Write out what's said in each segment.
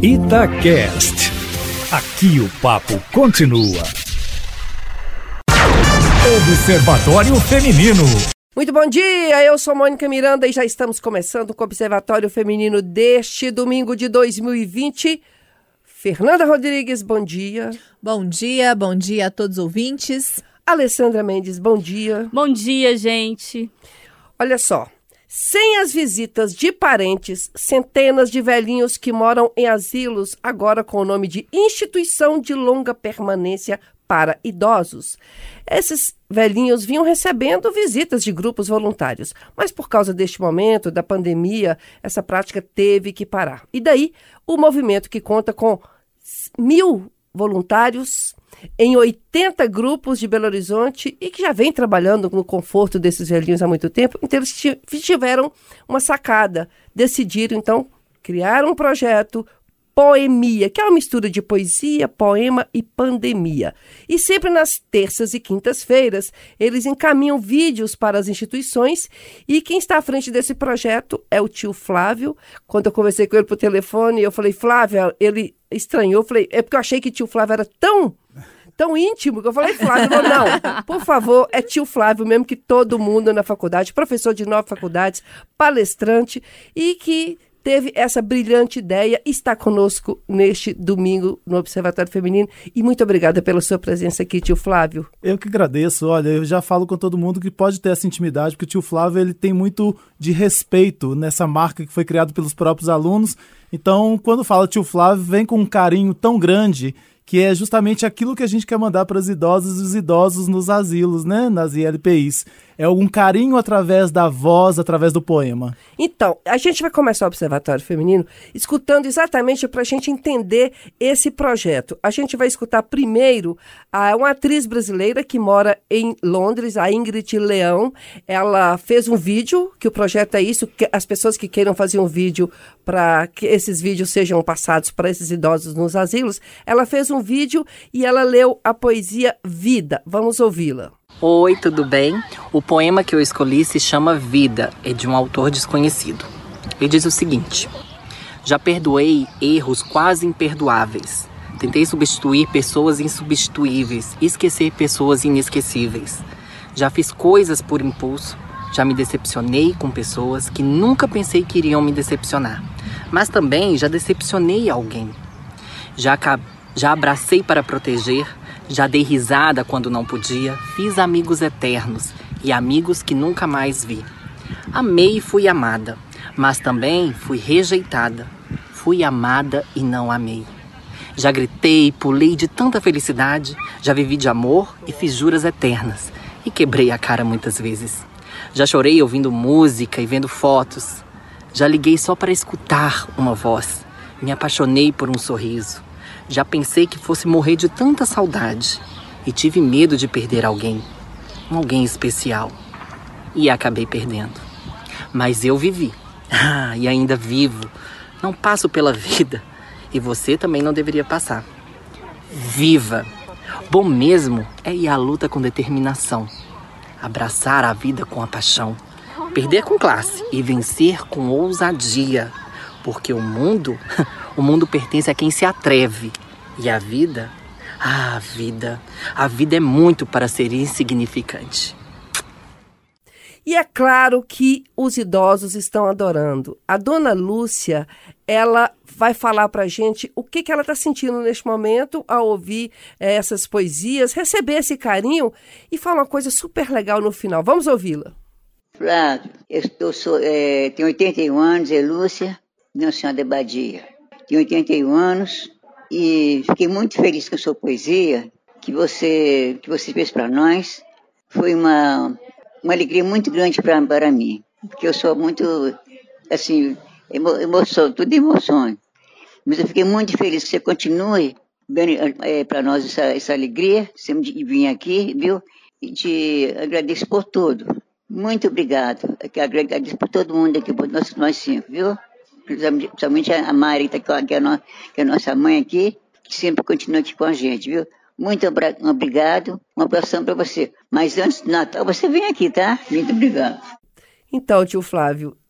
Itacast. Aqui o papo continua. Observatório Feminino. Muito bom dia, eu sou Mônica Miranda e já estamos começando com o Observatório Feminino deste domingo de 2020. Fernanda Rodrigues, bom dia. Bom dia a todos os ouvintes. Alessandra Mendes, bom dia. Bom dia, gente. Olha só, sem as visitas de parentes, centenas de velhinhos que moram em asilos, agora com o nome de Instituição de Longa Permanência para Idosos. Esses velhinhos vinham recebendo visitas de grupos voluntários, mas por causa deste momento da pandemia, essa prática teve que parar. E daí, o movimento que conta com 1.000 voluntários em 80 grupos de Belo Horizonte e que já vem trabalhando no conforto desses velhinhos há muito tempo, então eles tiveram uma sacada, decidiram então criar um projeto Poemia, que é uma mistura de poesia, poema e pandemia. E sempre nas terças e quintas-feiras, eles encaminham vídeos para as instituições e quem está à frente desse projeto é o tio Flávio. Quando eu conversei com ele por telefone, eu falei, Flávio, ele estranhou, eu falei, é porque eu achei que tio Flávio era tão íntimo, que eu falei, Flávio, não, por favor, é tio Flávio mesmo, que todo mundo na faculdade, professor de 9 faculdades, palestrante, e que teve essa brilhante ideia, está conosco neste domingo no Observatório Feminino. E muito obrigada pela sua presença aqui, tio Flávio. Eu que agradeço. Olha, eu já falo com todo mundo que pode ter essa intimidade, porque o tio Flávio ele tem muito de respeito nessa marca que foi criada pelos próprios alunos. Então, quando fala tio Flávio, vem com um carinho tão grande que é justamente aquilo que a gente quer mandar para as idosas e os idosos nos asilos, né? Nas ILPIs. É um carinho através da voz, através do poema. Então, a gente vai começar o Observatório Feminino escutando exatamente para a gente entender esse projeto. A gente vai escutar primeiro uma atriz brasileira que mora em Londres, a Ingrid Leão. Ela fez um vídeo, que o projeto é isso, que as pessoas que queiram fazer um vídeo para que esses vídeos sejam passados para esses idosos nos asilos, ela fez um vídeo e ela leu a poesia Vida. Vamos ouvi-la. Oi, tudo bem? O poema que eu escolhi se chama Vida, é de um autor desconhecido. Ele diz o seguinte: já perdoei erros quase imperdoáveis. Tentei substituir pessoas insubstituíveis, esquecer pessoas inesquecíveis. Já fiz coisas por impulso, já me decepcionei com pessoas que nunca pensei que iriam me decepcionar. Mas também já decepcionei alguém. Já abracei para proteger, já dei risada quando não podia, fiz amigos eternos e amigos que nunca mais vi. Amei e fui amada, mas também fui rejeitada. Fui amada e não amei. Já gritei e pulei de tanta felicidade, já vivi de amor e fiz juras eternas e quebrei a cara muitas vezes. Já chorei ouvindo música e vendo fotos. Já liguei só para escutar uma voz. Me apaixonei por um sorriso. Já pensei que fosse morrer de tanta saudade e tive medo de perder alguém especial. E acabei perdendo. Mas eu vivi. E ainda vivo. Não passo pela vida. E você também não deveria passar. Viva! Bom mesmo é ir à luta com determinação. Abraçar a vida com a paixão. Perder com classe e vencer com ousadia. Porque o mundo pertence a quem se atreve. E a vida é muito para ser insignificante. E é claro que os idosos estão adorando. A dona Lúcia, ela vai falar para a gente o que ela está sentindo neste momento ao ouvir essas poesias, receber esse carinho e falar uma coisa super legal no final. Vamos ouvi-la. Flávio, tenho 81 anos, é Lúcia, minha senhora de Badia. Tenho 81 anos e fiquei muito feliz com a sua poesia que você fez para nós. Foi uma alegria muito grande para mim, porque eu sou muito, assim, tudo emoção. Mas eu fiquei muito feliz que você continue dando para nós essa alegria, sempre de vir aqui, viu? E te agradeço por tudo. Muito obrigado. Agradeço por todo mundo aqui, por nós 5, viu? Principalmente a Mari, que é a nossa mãe aqui, que sempre continua aqui com a gente, viu? Muito obrigado, um abração para você. Mas antes do Natal, você vem aqui, tá? Muito obrigado. Então, tio Flávio,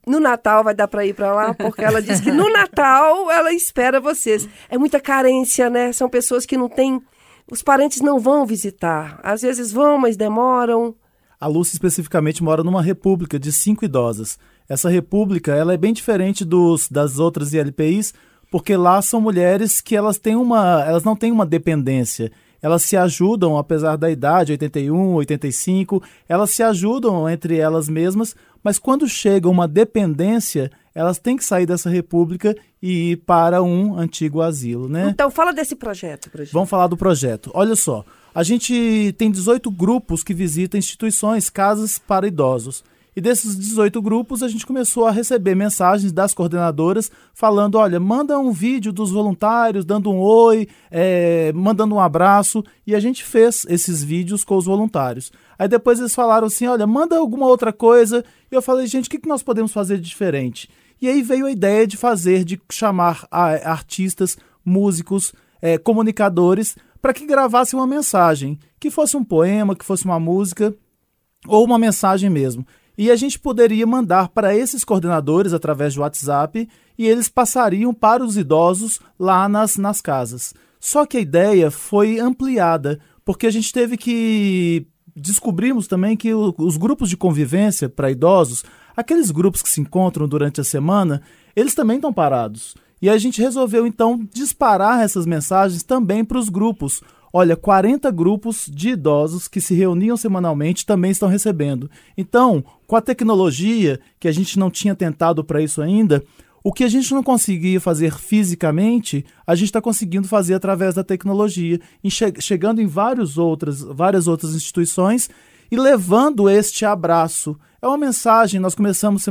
no Natal vai dar para ir para lá, porque ela disse que no Natal ela espera vocês. É muita carência, né? São pessoas que não têm... Os parentes não vão visitar. Às vezes vão, mas demoram. A Lúcia especificamente mora numa república de 5 idosas. Essa república ela é bem diferente das outras ILPIs, porque lá são mulheres que elas não têm uma dependência. Elas se ajudam, apesar da idade, 81, 85, elas se ajudam entre elas mesmas, mas quando chega uma dependência, elas têm que sair dessa república e ir para um antigo asilo, né? Então, fala desse projeto pra gente. Vamos falar do projeto. Olha só, a gente tem 18 grupos que visitam instituições, casas para idosos. E desses 18 grupos, a gente começou a receber mensagens das coordenadoras falando, olha, manda um vídeo dos voluntários, dando um oi, mandando um abraço. E a gente fez esses vídeos com os voluntários. Aí depois eles falaram assim, olha, manda alguma outra coisa. E eu falei, gente, o que nós podemos fazer de diferente? E aí veio a ideia de chamar artistas, músicos, comunicadores, para que gravassem uma mensagem, que fosse um poema, que fosse uma música, ou uma mensagem mesmo. E a gente poderia mandar para esses coordenadores através do WhatsApp e eles passariam para os idosos lá nas casas. Só que a ideia foi ampliada, porque a gente teve que... Descobrimos também que os grupos de convivência para idosos, aqueles grupos que se encontram durante a semana, eles também estão parados. E a gente resolveu, então, disparar essas mensagens também para os grupos. Olha, 40 grupos de idosos que se reuniam semanalmente também estão recebendo. Então, com a tecnologia, que a gente não tinha tentado para isso ainda, o que a gente não conseguia fazer fisicamente, a gente está conseguindo fazer através da tecnologia, chegando em várias outras instituições e levando este abraço. É uma mensagem, nós começamos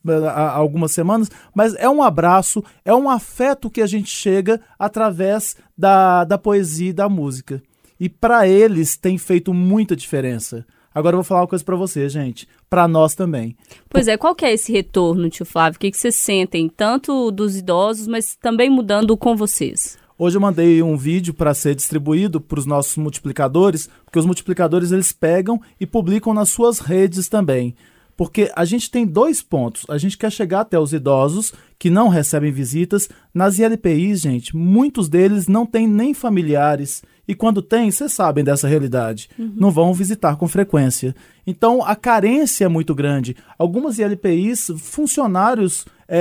há algumas semanas, mas é um abraço, é um afeto que a gente chega através da poesia e da música. E para eles tem feito muita diferença. Agora eu vou falar uma coisa para você, gente, para nós também. Pois é, qual que é esse retorno, tio Flávio? O que vocês sentem, tanto dos idosos, mas também mudando com vocês? Hoje eu mandei um vídeo para ser distribuído para os nossos multiplicadores, porque os multiplicadores eles pegam e publicam nas suas redes também. Porque a gente tem 2 pontos. A gente quer chegar até os idosos que não recebem visitas. Nas ILPIs, gente, muitos deles não têm nem familiares. E quando tem, vocês sabem dessa realidade. Não vão visitar com frequência. Então, a carência é muito grande. Algumas ILPIs, funcionários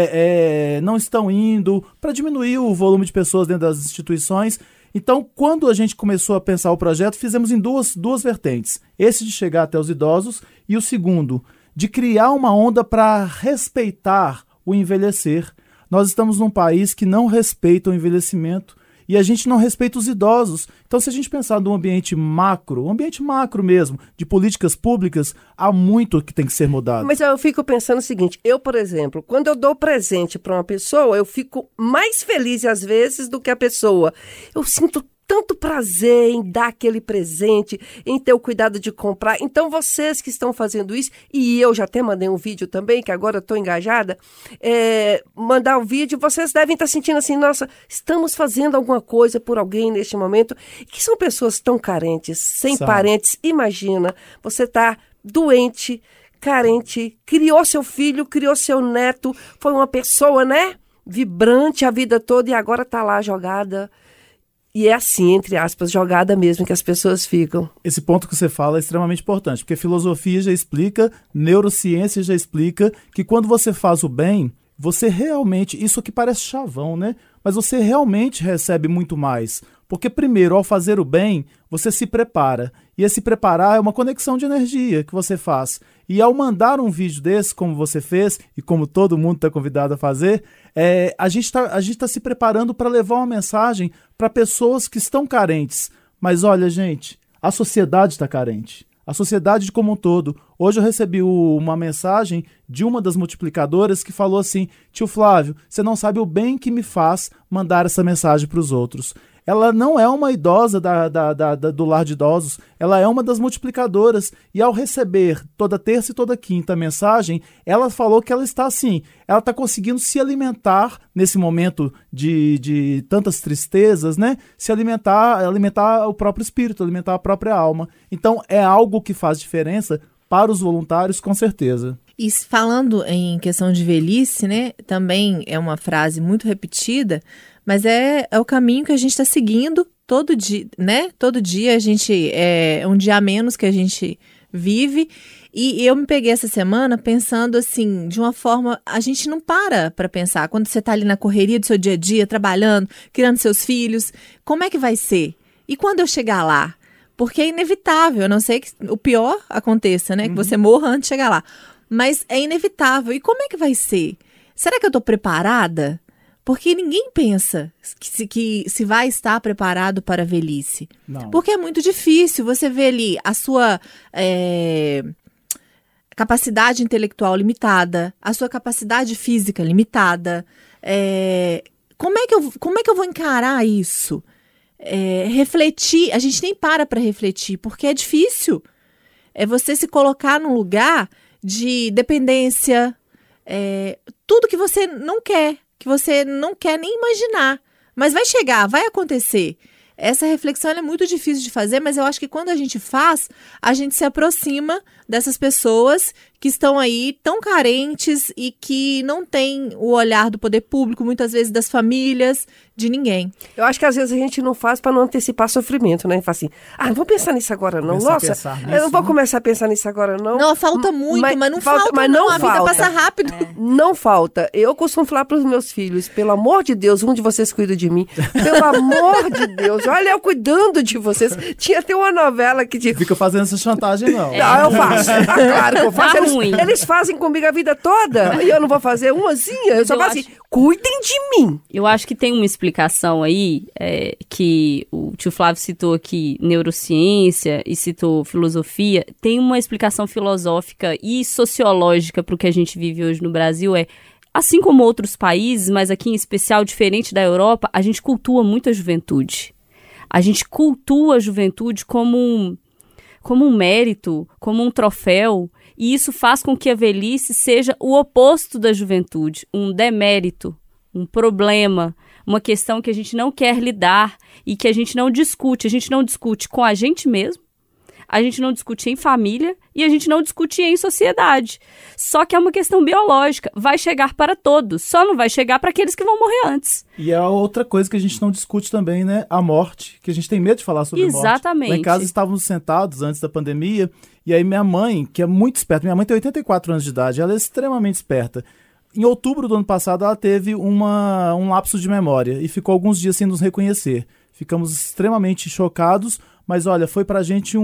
não estão indo para diminuir o volume de pessoas dentro das instituições. Então, quando a gente começou a pensar o projeto, fizemos em duas vertentes. Esse de chegar até os idosos e o segundo, de criar uma onda para respeitar o envelhecer. Nós estamos num país que não respeita o envelhecimento e a gente não respeita os idosos. Então, se a gente pensar num ambiente macro mesmo, de políticas públicas, há muito que tem que ser mudado. Mas eu fico pensando o seguinte, eu, por exemplo, quando eu dou presente para uma pessoa, eu fico mais feliz às vezes do que a pessoa. Eu sinto tanto prazer em dar aquele presente, em ter o cuidado de comprar. Então, vocês que estão fazendo isso, e eu já até mandei um vídeo também, que agora eu estou engajada, mandar o vídeo, vocês devem estar sentindo assim, nossa, estamos fazendo alguma coisa por alguém neste momento, que são pessoas tão carentes, sem parentes. Imagina, você está doente, carente, criou seu filho, criou seu neto, foi uma pessoa, né, vibrante a vida toda e agora está lá jogada. E é assim, entre aspas, jogada mesmo que as pessoas ficam. Esse ponto que você fala é extremamente importante, porque filosofia já explica, neurociência já explica que quando você faz o bem, você realmente, isso aqui parece chavão, né? Mas você realmente recebe muito mais. Porque primeiro, ao fazer o bem, você se prepara. E esse preparar é uma conexão de energia que você faz. E ao mandar um vídeo desse, como você fez, e como todo mundo está convidado a fazer, a gente tá se preparando para levar uma mensagem para pessoas que estão carentes. Mas olha, gente, a sociedade está carente. A sociedade como um todo. Hoje eu recebi uma mensagem de uma das multiplicadoras que falou assim, tio Flávio, você não sabe o bem que me faz mandar essa mensagem para os outros. Ela não é uma idosa do lar de idosos, ela é uma das multiplicadoras. E ao receber toda terça e toda quinta a mensagem, ela falou que ela está assim, ela está conseguindo se alimentar nesse momento de tantas tristezas, né? Se alimentar o próprio espírito, alimentar a própria alma. Então é algo que faz diferença para os voluntários, com certeza. E falando em questão de velhice, né, também é uma frase muito repetida, mas é o caminho que a gente está seguindo todo dia, né? Todo dia a gente, é um dia a menos que a gente vive. E eu me peguei essa semana pensando assim, de uma forma, a gente não para pensar. Quando você está ali na correria do seu dia a dia, trabalhando, criando seus filhos, como é que vai ser? E quando eu chegar lá? Porque é inevitável, a não ser que o pior aconteça, né? Que você morra antes de chegar lá. Mas é inevitável. E como é que vai ser? Será que eu estou preparada? Porque ninguém pensa que se vai estar preparado para a velhice. Não. Porque é muito difícil. Você vê ali a sua capacidade intelectual limitada, a sua capacidade física limitada. Como é que eu vou encarar isso? Refletir, a gente nem para refletir, porque é difícil. É você se colocar num lugar de dependência, tudo que você não quer, que você não quer nem imaginar. Mas vai chegar, vai acontecer. Essa reflexão é muito difícil de fazer, mas eu acho que quando a gente faz, a gente se aproxima dessas pessoas que estão aí tão carentes e que não têm o olhar do poder público, muitas vezes das famílias, de ninguém. Eu acho que às vezes a gente não faz para não antecipar sofrimento, né? Fala assim, não vou pensar nisso agora não. Nossa, eu não vou começar a pensar nisso agora não. Não, falta muito, mas não falta mas não a falta. vida passa rápido. Não falta. Eu costumo falar para os meus filhos, pelo amor de Deus, um de vocês cuida de mim. Pelo amor de Deus, olha eu cuidando de vocês. Tinha até uma novela que... Fica fazendo essa chantagem, não. Não, eu faço. Claro que eu faço. Tá Eles fazem comigo a vida toda e eu não vou fazer umazinha. Eu só falo assim, cuidem de mim. Eu acho que tem uma explicação aí, que o tio Flávio citou aqui neurociência e citou filosofia. Tem uma explicação filosófica e sociológica para o que a gente vive hoje no Brasil. Assim como outros países, mas aqui em especial, diferente da Europa, a gente cultua muito a juventude. A gente cultua a juventude como um mérito, como um troféu, e isso faz com que a velhice seja o oposto da juventude, um demérito, um problema, uma questão que a gente não quer lidar e que a gente não discute. A gente não discute com a gente mesmo, a gente não discute em família e a gente não discute em sociedade. Só que é uma questão biológica, vai chegar para todos, só não vai chegar para aqueles que vão morrer antes. E é outra coisa que a gente não discute também, né? A morte, que a gente tem medo de falar sobre morte. Exatamente. Lá em casa estávamos sentados antes da pandemia, e aí minha mãe, que é muito esperta, minha mãe tem 84 anos de idade, ela é extremamente esperta. Em outubro do ano passado, ela teve um lapso de memória e ficou alguns dias sem nos reconhecer. Ficamos extremamente chocados, mas olha, foi pra gente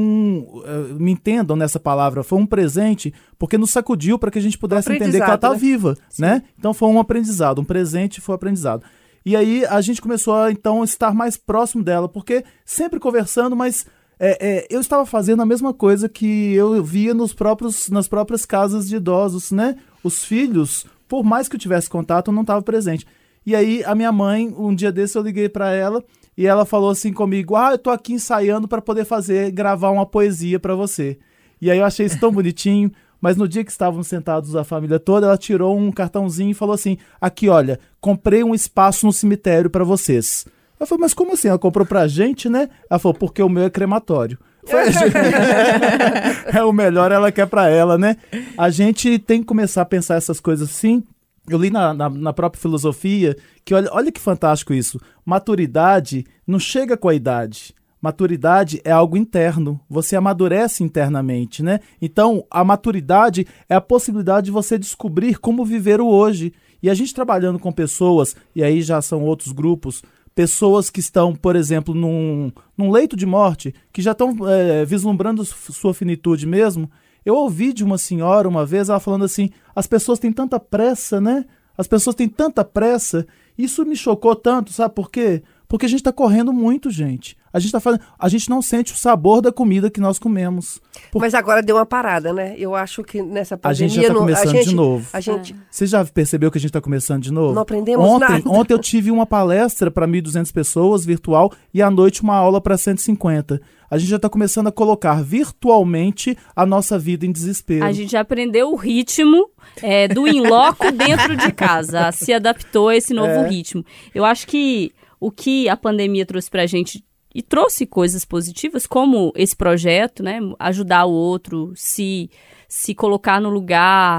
me entendam nessa palavra, foi um presente, porque nos sacudiu para que a gente pudesse entender que ela tá viva, né? Então foi um aprendizado, um presente foi um aprendizado. E aí a gente começou a, então, estar mais próximo dela, porque sempre conversando, mas eu estava fazendo a mesma coisa que eu via nas próprias casas de idosos, né? Os filhos, por mais que eu tivesse contato, eu não estava presente. E aí a minha mãe, um dia desse eu liguei para ela, e ela falou assim comigo, eu tô aqui ensaiando para poder gravar uma poesia para você. E aí eu achei isso tão bonitinho, mas no dia que estávamos sentados a família toda, ela tirou um cartãozinho e falou assim, aqui olha, comprei um espaço no cemitério para vocês. Eu falei, mas como assim? Ela comprou pra gente, né? Ela falou, porque o meu é crematório. O melhor ela quer pra ela, né? A gente tem que começar a pensar essas coisas assim. Eu li na própria filosofia que olha que fantástico isso. Maturidade não chega com a idade. Maturidade é algo interno. Você amadurece internamente, né? Então, a maturidade é a possibilidade de você descobrir como viver o hoje. E a gente trabalhando com pessoas, e aí já são outros grupos, pessoas que estão, por exemplo, num leito de morte, que já estão vislumbrando sua finitude mesmo. Eu ouvi de uma senhora uma vez, ela falando assim, as pessoas têm tanta pressa, né? As pessoas têm tanta pressa. Isso me chocou tanto, sabe por quê? Porque a gente está correndo muito, gente. A gente não sente o sabor da comida que nós comemos. Mas agora deu uma parada, né? Eu acho que nessa pandemia... A gente já está começando de novo. Você já percebeu que a gente está começando de novo? Não aprendemos nada. Ontem eu tive uma palestra para 1.200 pessoas, virtual, e à noite uma aula para 150. A gente já está começando a colocar virtualmente a nossa vida em desespero. A gente já aprendeu o ritmo do in loco dentro de casa. Se adaptou a esse novo ritmo. Eu acho que o que a pandemia trouxe para a gente, e trouxe coisas positivas, como esse projeto, né? Ajudar o outro, se colocar no lugar,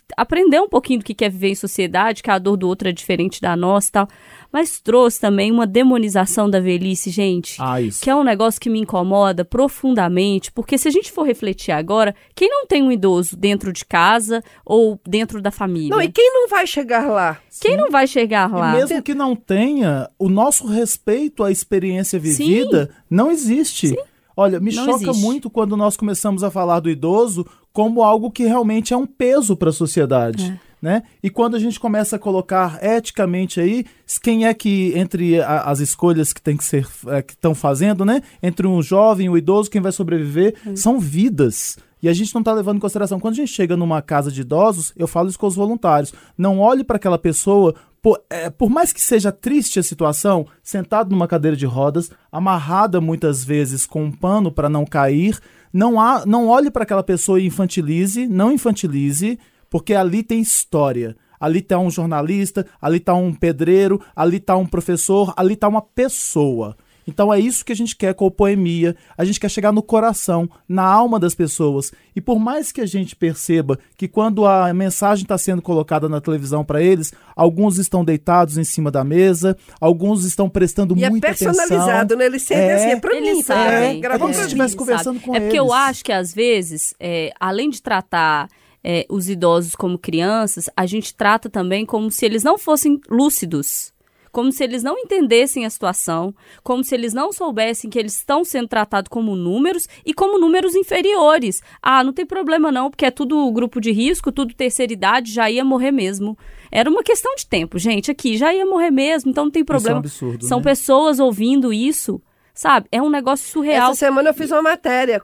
aprender um pouquinho do que é viver em sociedade, que a dor do outro é diferente da nossa e tal. Mas trouxe também uma demonização da velhice, gente. Isso. Que é um negócio que me incomoda profundamente, porque se a gente for refletir agora, quem não tem um idoso dentro de casa ou dentro da família? Não, e quem não vai chegar lá? Quem não vai chegar lá? E mesmo que não tenha, o nosso respeito à experiência vivida não existe. Sim. Olha, me choca muito quando nós começamos a falar do idoso como algo que realmente é um peso para a sociedade. Né? E quando a gente começa a colocar eticamente aí, quem é que, entre as escolhas que tem que ser, que estão fazendo, né? Entre um jovem e um idoso, quem vai sobreviver, são vidas. E a gente não está levando em consideração. Quando a gente chega numa casa de idosos, eu falo isso com os voluntários, não olhe para aquela pessoa, por mais que seja triste a situação, sentado numa cadeira de rodas, amarrada muitas vezes com um pano para não cair, não olhe para aquela pessoa e não infantilize, porque ali tem história. Ali está um jornalista, ali está um pedreiro, ali está um professor, ali está uma pessoa. Então é isso que a gente quer com o Poemia. A gente quer chegar no coração, na alma das pessoas. E por mais que a gente perceba que quando a mensagem está sendo colocada na televisão para eles, alguns estão deitados em cima da mesa, alguns estão prestando muita atenção. E é personalizado, né? Eles sentem assim, é pra mim. Sabem. É como se eu estivesse conversando com eles. É porque eu acho que às vezes, além de tratar os idosos como crianças, a gente trata também como se eles não fossem lúcidos. Como se eles não entendessem a situação, como se eles não soubessem que eles estão sendo tratados como números e como números inferiores. Não tem problema não, porque é tudo grupo de risco, tudo terceira idade, já ia morrer mesmo. Era uma questão de tempo, gente, aqui, já ia morrer mesmo, então não tem problema. Isso é um absurdo, São né? pessoas ouvindo isso, sabe? É um negócio surreal. Essa semana eu fiz uma matéria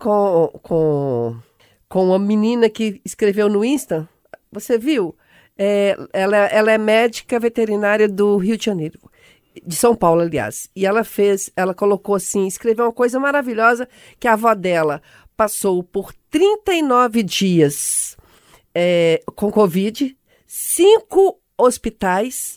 com uma menina que escreveu no Insta, você viu? Ela é médica veterinária do Rio de Janeiro, de São Paulo, aliás. E ela colocou assim, escreveu uma coisa maravilhosa, que a avó dela passou por 39 dias com Covid, 5 hospitais,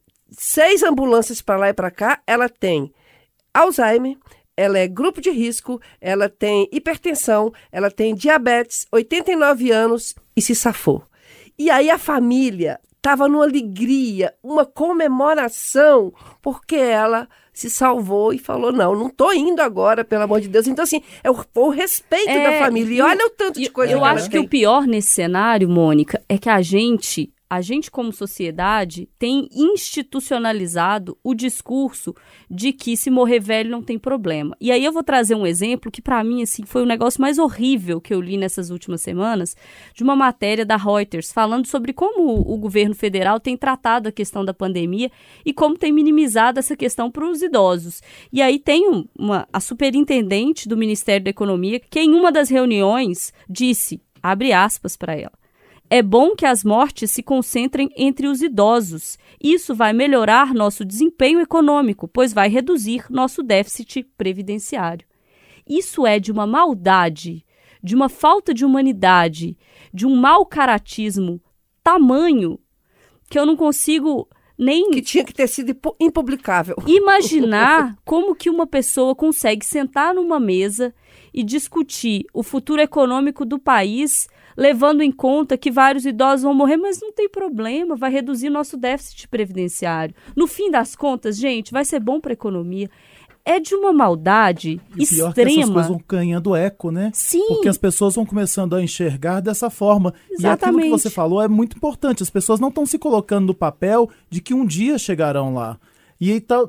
6 ambulâncias para lá e para cá. Ela tem Alzheimer, ela é grupo de risco, ela tem hipertensão, ela tem diabetes, 89 anos e se safou. E aí a família estava numa alegria, uma comemoração, porque ela se salvou e falou, não estou indo agora, pelo amor de Deus. Então, assim, o respeito da família. E olha o tanto de coisa que ela tem. Eu acho que o pior nesse cenário, Mônica, é que a gente como sociedade tem institucionalizado o discurso de que se morrer velho não tem problema. E aí eu vou trazer um exemplo que para mim assim, foi o negócio mais horrível que eu li nessas últimas semanas, de uma matéria da Reuters falando sobre como o governo federal tem tratado a questão da pandemia e como tem minimizado essa questão para os idosos. E aí tem a superintendente do Ministério da Economia que em uma das reuniões disse, abre aspas para ela, é bom que as mortes se concentrem entre os idosos. Isso vai melhorar nosso desempenho econômico, pois vai reduzir nosso déficit previdenciário. Isso é de uma maldade, de uma falta de humanidade, de um mau caratismo tamanho que eu não consigo nem... Que tinha que ter sido impublicável. Imaginar como que uma pessoa consegue sentar numa mesa e discutir o futuro econômico do país, levando em conta que vários idosos vão morrer, mas não tem problema, vai reduzir nosso déficit previdenciário. No fim das contas, gente, vai ser bom para a economia. É de uma maldade extrema. Pior que essas coisas vão ganhando eco, né? Sim. Porque as pessoas vão começando a enxergar dessa forma. Exatamente. E aquilo que você falou é muito importante. As pessoas não estão se colocando no papel de que um dia chegarão lá. E aí tá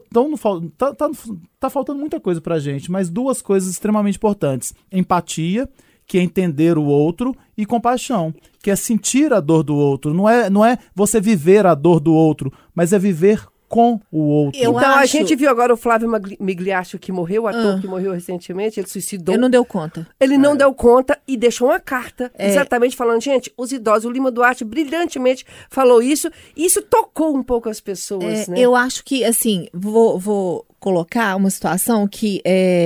faltando muita coisa pra gente, mas 2 coisas extremamente importantes. Empatia, que é entender o outro, e compaixão, que é sentir a dor do outro. Não é você viver a dor do outro, mas é viver com o outro. A gente viu agora o Flávio Migliaccio, que morreu, o ator que morreu recentemente, ele suicidou. Ele não deu conta. Ele não deu conta e deixou uma carta, exatamente falando, gente, os idosos, o Lima Duarte brilhantemente falou isso, e isso tocou um pouco as pessoas, né? Eu acho que, assim, vou colocar uma situação que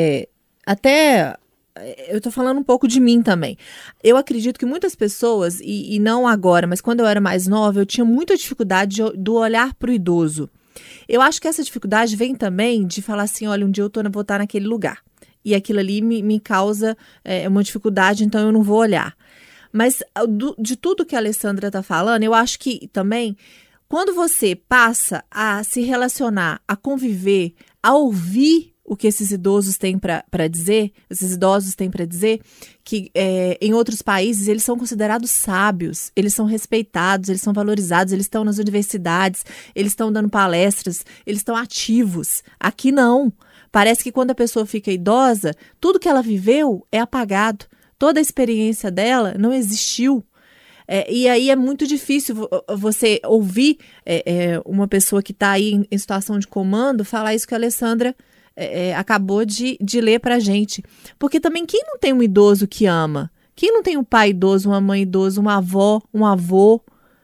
até... Eu tô falando um pouco de mim também. Eu acredito que muitas pessoas, e não agora, mas quando eu era mais nova, eu tinha muita dificuldade do olhar pro idoso. Eu acho que essa dificuldade vem também de falar assim, olha, um dia eu vou estar naquele lugar. E aquilo ali me causa uma dificuldade, então eu não vou olhar. Mas de tudo que a Alessandra está falando, eu acho que também, quando você passa a se relacionar, a conviver, a ouvir o que esses idosos têm para dizer, esses idosos têm para dizer, que em outros países eles são considerados sábios, eles são respeitados, eles são valorizados, eles estão nas universidades, eles estão dando palestras, eles estão ativos. Aqui não. Parece que quando a pessoa fica idosa, tudo que ela viveu é apagado. Toda a experiência dela não existiu. E aí é muito difícil você ouvir uma pessoa que está aí em situação de comando falar isso que a Alessandra acabou de ler pra gente. Porque também quem não tem um idoso que ama? Quem não tem um pai idoso, uma mãe idosa, uma avó, um avô?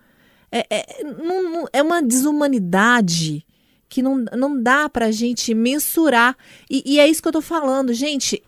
É uma desumanidade que não dá pra gente mensurar. E é isso que eu tô falando. Gente,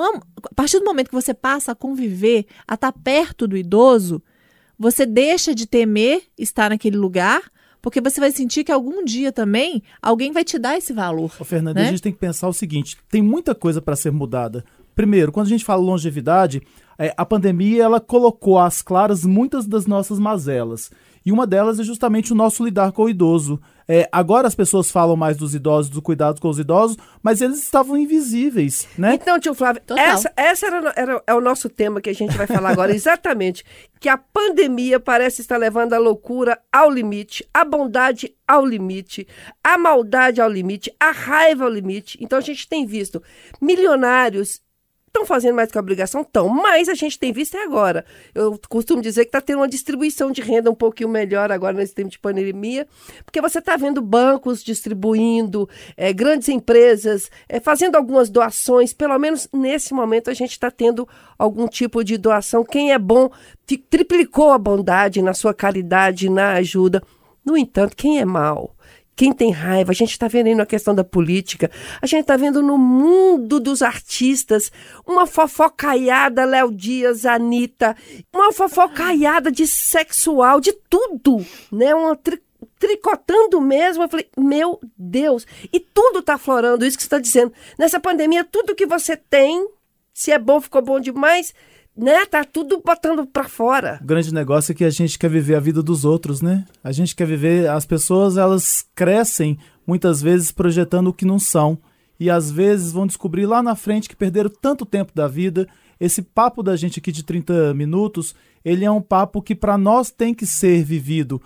a partir do momento que você passa a conviver, a estar perto do idoso, você deixa de temer estar naquele lugar, porque você vai sentir que algum dia também alguém vai te dar esse valor. Fernanda, né? A gente tem que pensar o seguinte, tem muita coisa para ser mudada. Primeiro, quando a gente fala longevidade, a pandemia ela colocou às claras muitas das nossas mazelas. E uma delas é justamente o nosso lidar com o idoso. Agora as pessoas falam mais dos idosos, do cuidado com os idosos, mas eles estavam invisíveis, né? Então, tio Flávio, essa é o nosso tema que a gente vai falar agora, exatamente. Que a pandemia parece estar levando a loucura ao limite, a bondade ao limite, a maldade ao limite, a raiva ao limite. Então, a gente tem visto milionários estão fazendo mais que a obrigação, mas a gente tem visto agora. Eu costumo dizer que está tendo uma distribuição de renda um pouquinho melhor agora nesse tempo de pandemia, porque você está vendo bancos distribuindo, grandes empresas fazendo algumas doações, pelo menos nesse momento a gente está tendo algum tipo de doação. Quem é bom triplicou a bondade na sua caridade, na ajuda. No entanto, quem é mau, quem tem raiva, a gente está vendo aí na questão da política, a gente está vendo no mundo dos artistas uma fofocaiada, Léo Dias, Anitta, uma fofocaiada de sexual, de tudo, né? Uma tricotando mesmo. Eu falei, meu Deus, e tudo está aflorando, isso que você está dizendo. Nessa pandemia, tudo que você tem, se é bom, ficou bom demais, né? Tá tudo botando pra fora. O grande negócio é que a gente quer viver a vida dos outros, né? A gente quer viver... As pessoas, elas crescem muitas vezes projetando o que não são. E às vezes vão descobrir lá na frente que perderam tanto tempo da vida. Esse papo da gente aqui de 30 minutos, ele é um papo que para nós tem que ser vivido.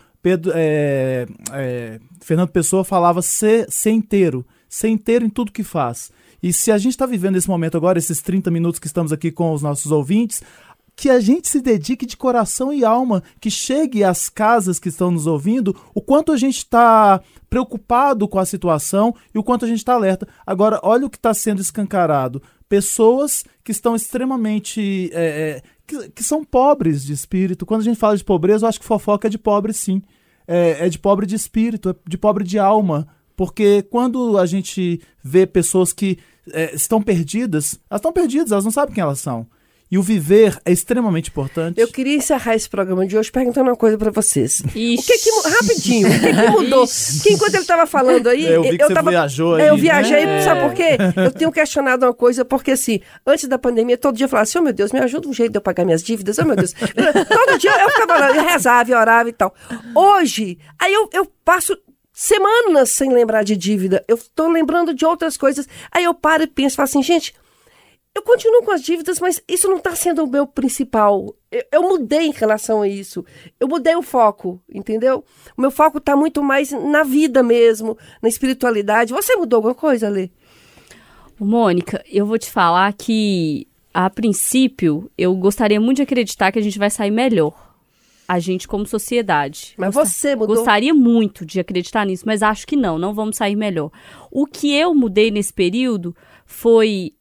Fernando Pessoa falava ser inteiro em tudo que faz. E se a gente está vivendo esse momento agora, esses 30 minutos que estamos aqui com os nossos ouvintes, que a gente se dedique de coração e alma, que chegue às casas que estão nos ouvindo, o quanto a gente está preocupado com a situação e o quanto a gente está alerta. Agora, olha o que está sendo escancarado. Pessoas que estão extremamente... que são pobres de espírito. Quando a gente fala de pobreza, eu acho que fofoca é de pobre, sim. É de pobre de espírito, é de pobre de alma. Porque quando a gente vê pessoas que estão perdidas, elas não sabem quem elas são. E o viver é extremamente importante. Eu queria encerrar esse programa de hoje perguntando uma coisa pra vocês. Rapidinho, o que mudou? Que enquanto ele estava falando aí... Eu vi que você viajou aí. Eu viajei, sabe por quê? Eu tenho questionado uma coisa, porque assim, antes da pandemia, todo dia eu falava assim, oh meu Deus, me ajuda um jeito de eu pagar minhas dívidas, oh meu Deus. Todo dia eu ficava lá, eu rezava e orava e tal. Hoje, aí eu passo semanas sem lembrar de dívida, eu tô lembrando de outras coisas, aí eu paro e penso, falo assim, gente, eu continuo com as dívidas, mas isso não está sendo o meu principal. Eu mudei em relação a isso. Eu mudei o foco, entendeu? O meu foco está muito mais na vida mesmo, na espiritualidade. Você mudou alguma coisa, Lê? Mônica, eu vou te falar que, a princípio, eu gostaria muito de acreditar que a gente vai sair melhor. A gente como sociedade. Mas você mudou? Gostaria muito de acreditar nisso, mas acho que não vamos sair melhor. O que eu mudei nesse período foi...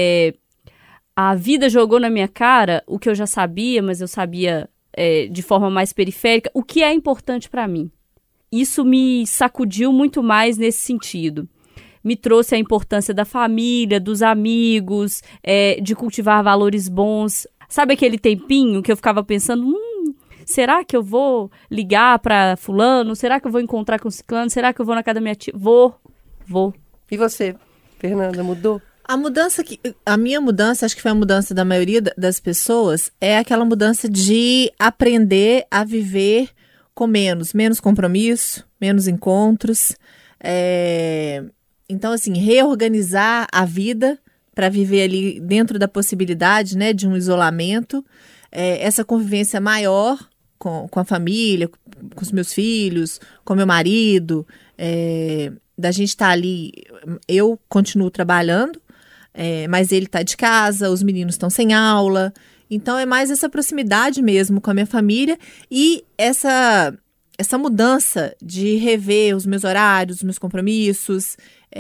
A vida jogou na minha cara o que eu já sabia, mas eu sabia de forma mais periférica, o que é importante para mim. Isso me sacudiu muito mais nesse sentido. Me trouxe a importância da família, dos amigos, de cultivar valores bons. Sabe aquele tempinho que eu ficava pensando, será que eu vou ligar para fulano? Será que eu vou encontrar com ciclano? Será que eu vou na casa da minha tia? Vou. E você, Fernanda, mudou? A minha mudança, acho que foi a mudança da maioria das pessoas, é aquela mudança de aprender a viver com menos compromisso, menos encontros. Então, assim, reorganizar a vida para viver ali dentro da possibilidade, né, de um isolamento, essa convivência maior com a família, com os meus filhos, com meu marido, da gente estar ali. Eu continuo trabalhando, mas ele está de casa, os meninos estão sem aula. Então é mais essa proximidade mesmo com a minha família e essa mudança de rever os meus horários, os meus compromissos,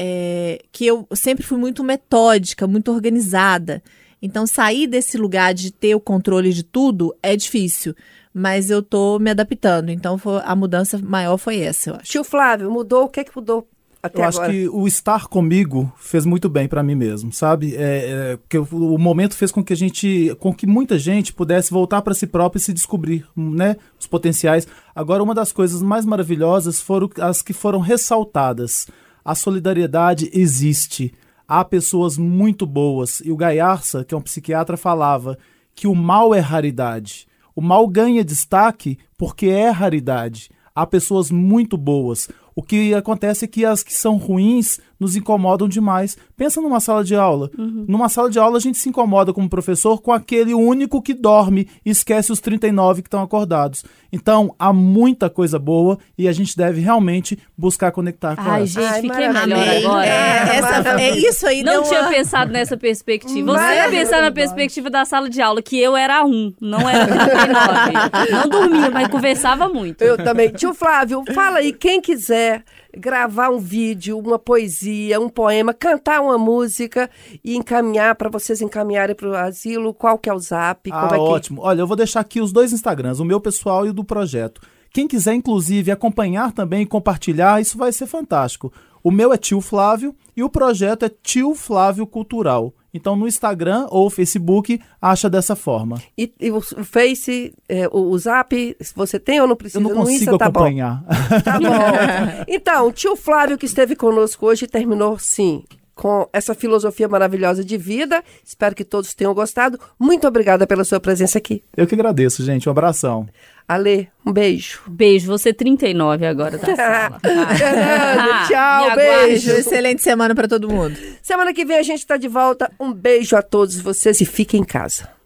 que eu sempre fui muito metódica, muito organizada. Então sair desse lugar de ter o controle de tudo é difícil, mas eu tô me adaptando. Então a mudança maior foi essa, eu acho. Tio Flávio, mudou? O que é que mudou? Até eu agora. acho que o estar comigo fez muito bem para mim mesmo, sabe? Que o momento fez com que muita gente pudesse voltar para si próprio e se descobrir, né? Os potenciais. Agora, uma das coisas mais maravilhosas foram as que foram ressaltadas. A solidariedade existe. Há pessoas muito boas. E o Gaiarsa, que é um psiquiatra, falava que o mal é raridade. O mal ganha destaque porque é raridade. Há pessoas muito boas. O que acontece é que as que são ruins nos incomodam demais. Pensa numa sala de aula. Numa sala de aula a gente se incomoda como professor com aquele único que dorme e esquece os 39 que estão acordados. Então, há muita coisa boa e a gente deve realmente buscar conectar com ela. Ai, gente, fiquei melhor Amei. agora. Isso aí. Não deu tinha uma... pensado nessa perspectiva. Você ia pensar na perspectiva da sala de aula, que eu era 1, não era 39. Não dormia, mas conversava muito. Eu também. Tio Flávio, fala aí, quem quiser gravar um vídeo, uma poesia, um poema, cantar uma música e encaminhar para vocês encaminharem para o asilo, qual que é o Zap? Ótimo. Olha, eu vou deixar aqui os 2 Instagrams, o meu pessoal e o do projeto. Quem quiser, inclusive, acompanhar também e compartilhar, isso vai ser fantástico. O meu é Tio Flávio e o projeto é Tio Flávio Cultural. Então, no Instagram ou Facebook, acha dessa forma. E o Face, o Zap, você tem ou não precisa? Eu não consigo Insta, tá acompanhar. Bom. Tá bom. Então, tio Flávio, que esteve conosco hoje, terminou, sim, com essa filosofia maravilhosa de vida. Espero que todos tenham gostado. Muito obrigada pela sua presença aqui. Eu que agradeço, gente. Um abração. Ale, um beijo. Beijo, você 39 agora da sala. Fernanda, tchau, Me beijo. aguarde. Excelente semana para todo mundo. Semana que vem a gente está de volta. Um beijo a todos vocês e fiquem em casa.